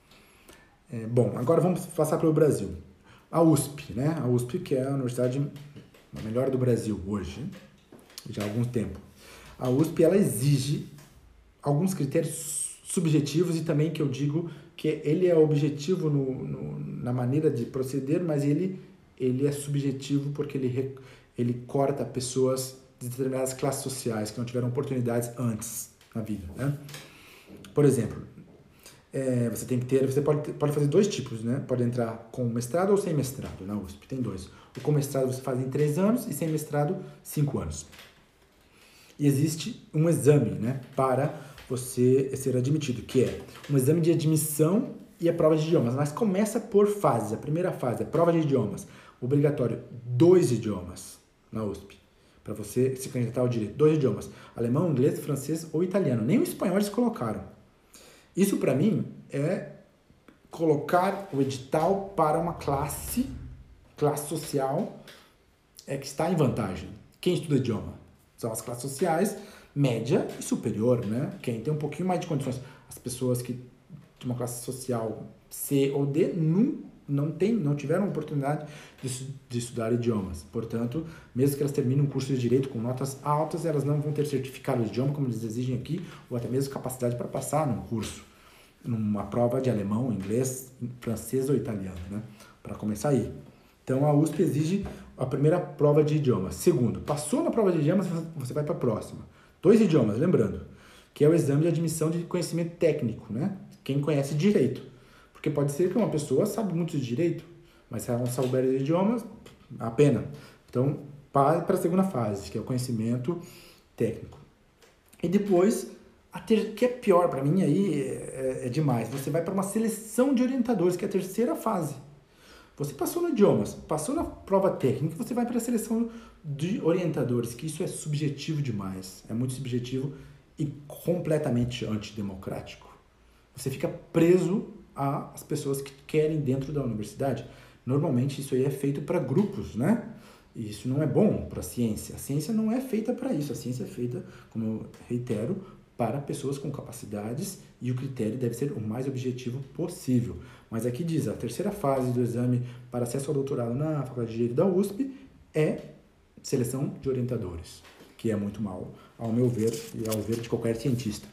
É, bom, agora vamos passar para o Brasil. A U S P, né? A U S P, que é a universidade melhor do Brasil hoje, já há algum tempo. A U S P, ela exige alguns critérios subjetivos e também que eu digo que ele é objetivo no, no, na maneira de proceder, mas ele, ele é subjetivo porque ele, ele corta pessoas de determinadas classes sociais que não tiveram oportunidades antes na vida, né? Por exemplo, é, você tem que ter, você pode, pode fazer dois tipos, né? Pode entrar com mestrado ou sem mestrado na U S P, tem dois. O com mestrado você faz em três anos e sem mestrado, cinco anos. E existe um exame, né, para você ser admitido, que é um exame de admissão e a prova de idiomas, mas começa por fases. A primeira fase é prova de idiomas, obrigatório, dois idiomas na U S P, para você se candidatar ao direito, dois idiomas, alemão, inglês, francês ou italiano, nem o espanhol eles colocaram. Isso, para mim, é colocar o edital para uma classe, classe social, é que está em vantagem. Quem estuda idioma? São as classes sociais, média e superior, né? Quem tem um pouquinho mais de condições. As pessoas que de uma classe social C ou D não, não, tem, não tiveram oportunidade de, de estudar idiomas. Portanto, mesmo que elas terminem um curso de direito com notas altas, elas não vão ter certificado de idioma, como eles exigem aqui, ou até mesmo capacidade para passar num curso, numa prova de alemão, inglês, francês ou italiano, né? Para começar aí. Então, a U S P exige a primeira prova de idiomas. Segundo, passou na prova de idiomas, você vai para a próxima. Dois idiomas, lembrando, que é o exame de admissão de conhecimento técnico, né? Quem conhece direito. Porque pode ser que uma pessoa sabe muito de direito, mas se ela não souber de idiomas, a pena. Então, para a segunda fase, que é o conhecimento técnico. E depois, a ter, que é pior para mim, aí é, é demais. Você vai para uma seleção de orientadores, que é a terceira fase. Você passou no idiomas, passou na prova técnica, você vai para a seleção de orientadores, que isso é subjetivo demais, é muito subjetivo e completamente antidemocrático. Você fica preso às pessoas que querem dentro da universidade. Normalmente isso aí é feito para grupos, né? E isso não é bom para a ciência. A ciência não é feita para isso. A ciência é feita, como eu reitero, para pessoas com capacidades e o critério deve ser o mais objetivo possível. Mas aqui diz, a terceira fase do exame para acesso ao doutorado na Faculdade de Direito da U S P é seleção de orientadores, que é muito mal, ao meu ver, e ao ver de qualquer cientista.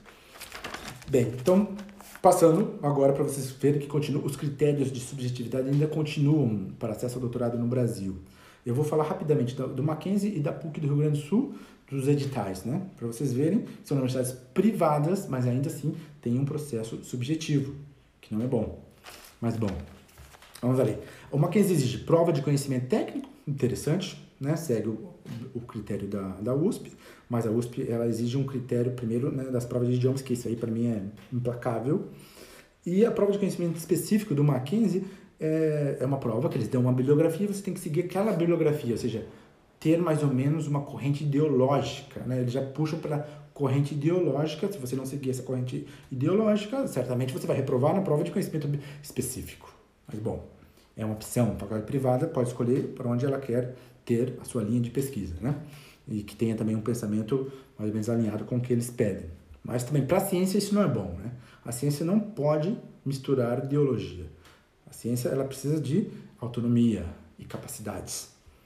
Bem, então, passando agora para vocês verem que continua, os critérios de subjetividade ainda continuam para acesso ao doutorado no Brasil. Eu vou falar rapidamente do, do Mackenzie e da P U C do Rio Grande do Sul, dos editais, né? Para vocês verem, são universidades privadas, mas ainda assim tem um processo subjetivo, que não é bom. Mas bom, vamos ali. O Mackenzie exige prova de conhecimento técnico, interessante, né? Segue o, o critério da, da U S P, mas a U S P ela exige um critério primeiro, né, das provas de idiomas, que isso aí para mim é implacável. E a prova de conhecimento específico do Mackenzie é, é uma prova que eles dão uma bibliografia, você tem que seguir aquela bibliografia, ou seja, ter mais ou menos uma corrente ideológica, né? Eles já puxam para corrente ideológica. Se você não seguir essa corrente ideológica, certamente você vai reprovar na prova de conhecimento específico. Mas, bom, é uma opção. A faculdade privada pode escolher para onde ela quer ter a sua linha de pesquisa, né? E que tenha também um pensamento mais ou menos alinhado com o que eles pedem. Mas também, para a ciência, isso não é bom, né? A ciência não pode misturar ideologia. A ciência, ela precisa de autonomia e capacidades.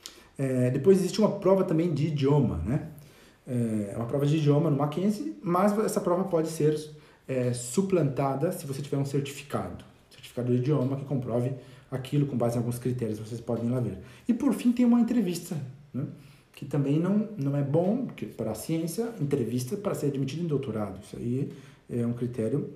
É, depois existe uma prova também de idioma, né? É uma prova de idioma no Mackenzie, mas essa prova pode ser é, suplantada se você tiver um certificado. Certificado de idioma que comprove aquilo com base em alguns critérios, vocês podem ir lá ver. E por fim tem uma entrevista, né? Que também não, não é bom, porque para a ciência, entrevista para ser admitido em doutorado. Isso aí é um critério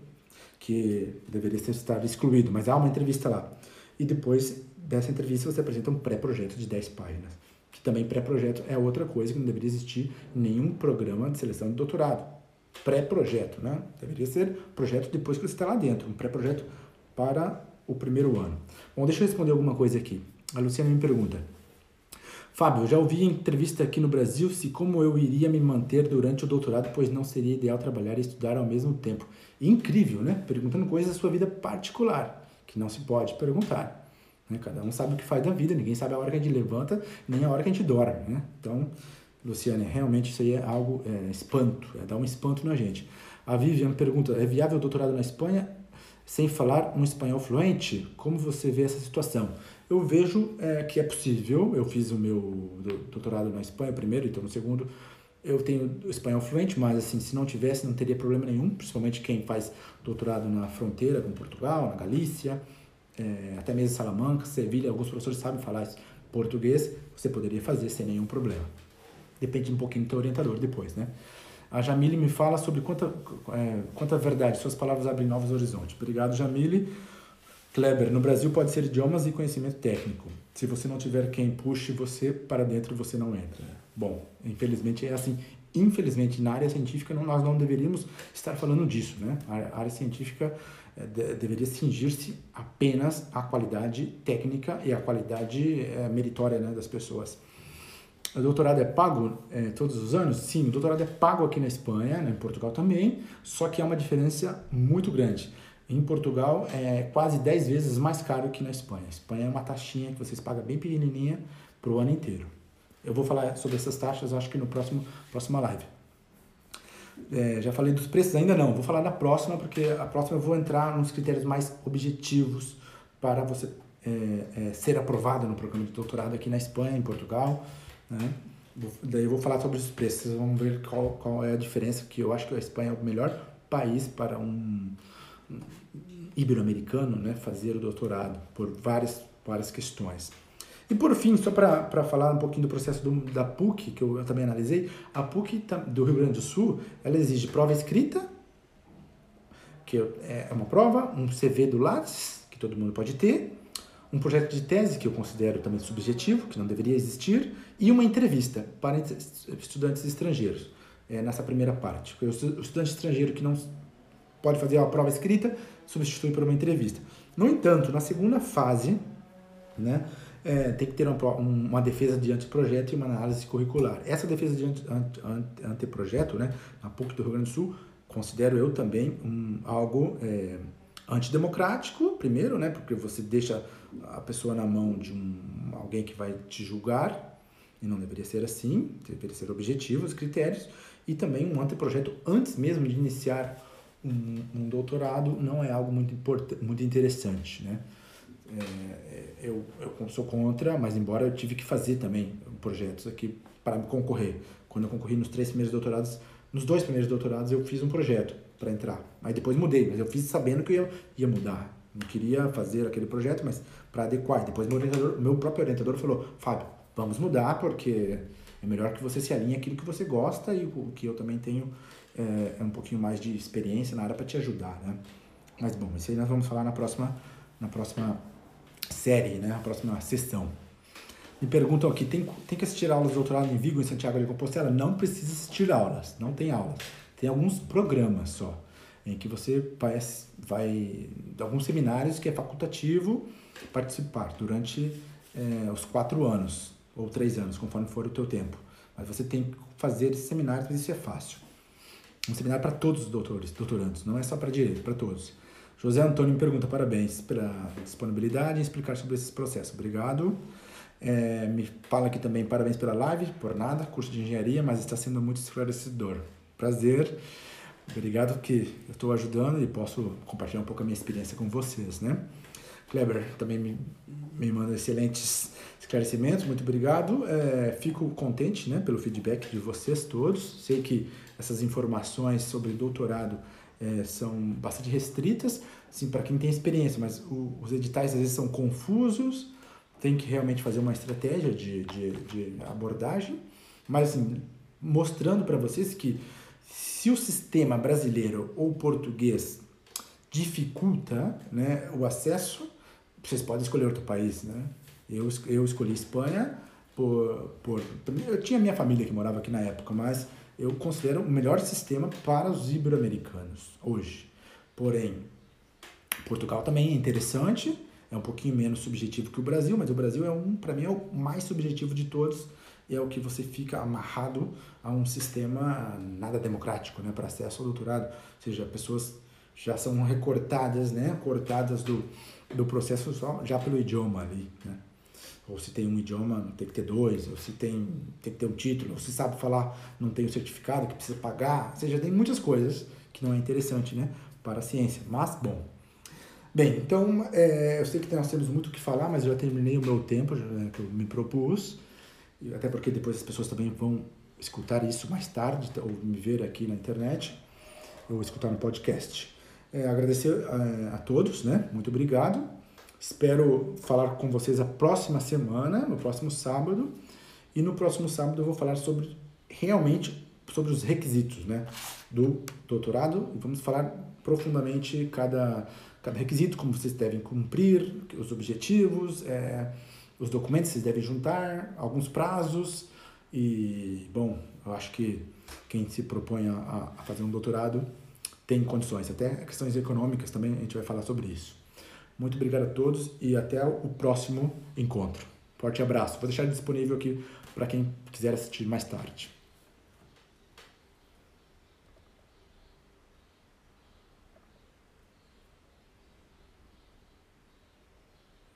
que deveria estar excluído, mas há uma entrevista lá. E depois dessa entrevista você apresenta um pré-projeto de dez páginas. Que também pré-projeto é outra coisa que não deveria existir em nenhum programa de seleção de doutorado. Pré-projeto, né? Deveria ser projeto depois que você está lá dentro, um pré-projeto para o primeiro ano. Bom, deixa eu responder alguma coisa aqui. A Luciana me pergunta: Fábio, eu já ouvi em entrevista aqui no Brasil se como eu iria me manter durante o doutorado, pois não seria ideal trabalhar e estudar ao mesmo tempo. Incrível, né? Perguntando coisas da sua vida particular, que não se pode perguntar. Cada um sabe o que faz da vida, ninguém sabe a hora que a gente levanta, nem a hora que a gente dorme, né? Então, Luciane, realmente isso aí é algo, é espanto, é dar um espanto na gente. A Vivian pergunta: é viável o doutorado na Espanha sem falar um espanhol fluente? Como você vê essa situação? Eu vejo é, que é possível. Eu fiz o meu doutorado na Espanha primeiro, então no segundo eu tenho espanhol fluente, mas assim, se não tivesse não teria problema nenhum, principalmente quem faz doutorado na fronteira com Portugal, na Galícia, É, até mesmo Salamanca, Sevilha, alguns professores sabem falar português, você poderia fazer sem nenhum problema. Depende um pouquinho do teu orientador depois, né? A Jamile me fala sobre quanta, é, quanta verdade, suas palavras abrem novos horizontes. Obrigado, Jamile. Kleber, no Brasil pode ser idiomas e conhecimento técnico. Se você não tiver quem puxe você para dentro, você não entra. Bom, infelizmente é assim. Infelizmente, na área científica, não, nós não deveríamos estar falando disso, né? A área científica é, de, deveria cingir-se apenas à qualidade técnica e à qualidade é, meritória, né, das pessoas. O doutorado é pago é, todos os anos? Sim, o doutorado é pago aqui na Espanha, né, em Portugal também, só que há uma diferença muito grande. Em Portugal é quase dez vezes mais caro que na Espanha. A Espanha é uma taxinha que vocês pagam bem pequenininha para o ano inteiro. Eu vou falar sobre essas taxas, acho que no próximo próxima live. É, já falei dos preços? Ainda não. Vou falar da próxima, porque a próxima eu vou entrar nos critérios mais objetivos para você é, é, ser aprovado no programa de doutorado aqui na Espanha, em Portugal, né? Daí eu vou falar sobre os preços. Vocês vão ver qual, qual é a diferença, que eu acho que a Espanha é o melhor país para um, um ibero-americano, né, fazer o doutorado, por várias, várias questões. E por fim, só para falar um pouquinho do processo do, da P U C, que eu, eu também analisei, a P U C do Rio Grande do Sul, ela exige prova escrita, que é uma prova, um C V do Lattes, que todo mundo pode ter, um projeto de tese, que eu considero também subjetivo, que não deveria existir, e uma entrevista para estudantes estrangeiros, é, nessa primeira parte. O estudante estrangeiro que não pode fazer a prova escrita, substitui por uma entrevista. No entanto, na segunda fase né? É, tem que ter uma, uma defesa de anteprojeto e uma análise curricular. Essa defesa de ante, ante, ante, anteprojeto, né, na PUC do Rio Grande do Sul, considero eu também um, algo é, antidemocrático, primeiro, né, porque você deixa a pessoa na mão de um, alguém que vai te julgar, e não deveria ser assim, deveria ser objetivos, critérios, e também um anteprojeto antes mesmo de iniciar um, um doutorado não é algo muito, importante, muito interessante, né? É, eu, eu sou contra, mas embora eu tive que fazer também projetos aqui para concorrer. Quando eu concorri nos três primeiros doutorados, nos dois primeiros doutorados eu fiz um projeto para entrar. Aí depois mudei, mas eu fiz sabendo que eu ia mudar. Não queria fazer aquele projeto, mas para adequar. Depois meu, orientador, meu próprio orientador falou, Fábio, vamos mudar porque é melhor que você se alinhe àquilo que você gosta e o que eu também tenho é, é um pouquinho mais de experiência na área para te ajudar, né? Mas bom, isso aí nós vamos falar na próxima, na próxima série, né? Na próxima sessão. Me perguntam aqui, tem, tem que assistir aulas de doutorado em Vigo, em Santiago de Compostela? Não precisa assistir aulas, não tem aulas. Tem alguns programas só, em que você vai, vai alguns seminários que é facultativo participar durante é, os quatro anos, ou três anos, conforme for o teu tempo. Mas você tem que fazer esses seminários, mas isso é fácil. Um seminário para todos os doutores, doutorandos, não é só para direito, para todos. José Antônio me pergunta, parabéns pela disponibilidade em explicar sobre esse processo. Obrigado. É, me fala aqui também, parabéns pela live, por nada, curso de engenharia, mas está sendo muito esclarecedor. Prazer. Obrigado que eu estou ajudando e posso compartilhar um pouco a minha experiência com vocês, né? Kleber também me, me manda excelentes esclarecimentos, muito obrigado. É, fico contente, né, pelo feedback de vocês todos. Sei que essas informações sobre doutorado é, são bastante restritas, assim, para quem tem experiência, mas o, os editais às vezes são confusos, tem que realmente fazer uma estratégia de, de, de abordagem, mas assim, mostrando para vocês que se o sistema brasileiro ou português dificulta, né, o acesso, vocês podem escolher outro país, né? Eu, eu escolhi Espanha por, por... Eu tinha minha família que morava aqui na época, mas eu considero o melhor sistema para os ibero-americanos hoje. Porém, Portugal também é interessante, é um pouquinho menos subjetivo que o Brasil, mas o Brasil é um, para mim, é o mais subjetivo de todos, e é o que você fica amarrado a um sistema nada democrático, né, para acesso ao doutorado. Ou seja, pessoas já são recortadas, né, cortadas do, do processo só já pelo idioma ali, né? Ou se tem um idioma, tem que ter dois, ou se tem, tem que ter um título, ou se sabe falar, não tem o certificado, que precisa pagar. Ou seja, tem muitas coisas que não é interessante, né, para a ciência. Mas, bom. Bem, então, é, eu sei que nós temos muito o que falar, mas eu já terminei o meu tempo né, que eu me propus, e até porque depois as pessoas também vão escutar isso mais tarde, ou me ver aqui na internet, ou escutar no podcast. É, agradecer a, a todos, né? Muito obrigado. Espero falar com vocês a próxima semana, no próximo sábado. E no próximo sábado eu vou falar sobre, realmente, sobre os requisitos, né, do doutorado. E vamos falar profundamente cada, cada requisito, como vocês devem cumprir, os objetivos, é, os documentos que vocês devem juntar, alguns prazos. E, bom, eu acho que quem se propõe a, a fazer um doutorado tem condições, até questões econômicas também, a gente vai falar sobre isso. Muito obrigado a todos e até o próximo encontro. Forte abraço. Vou deixar disponível aqui para quem quiser assistir mais tarde.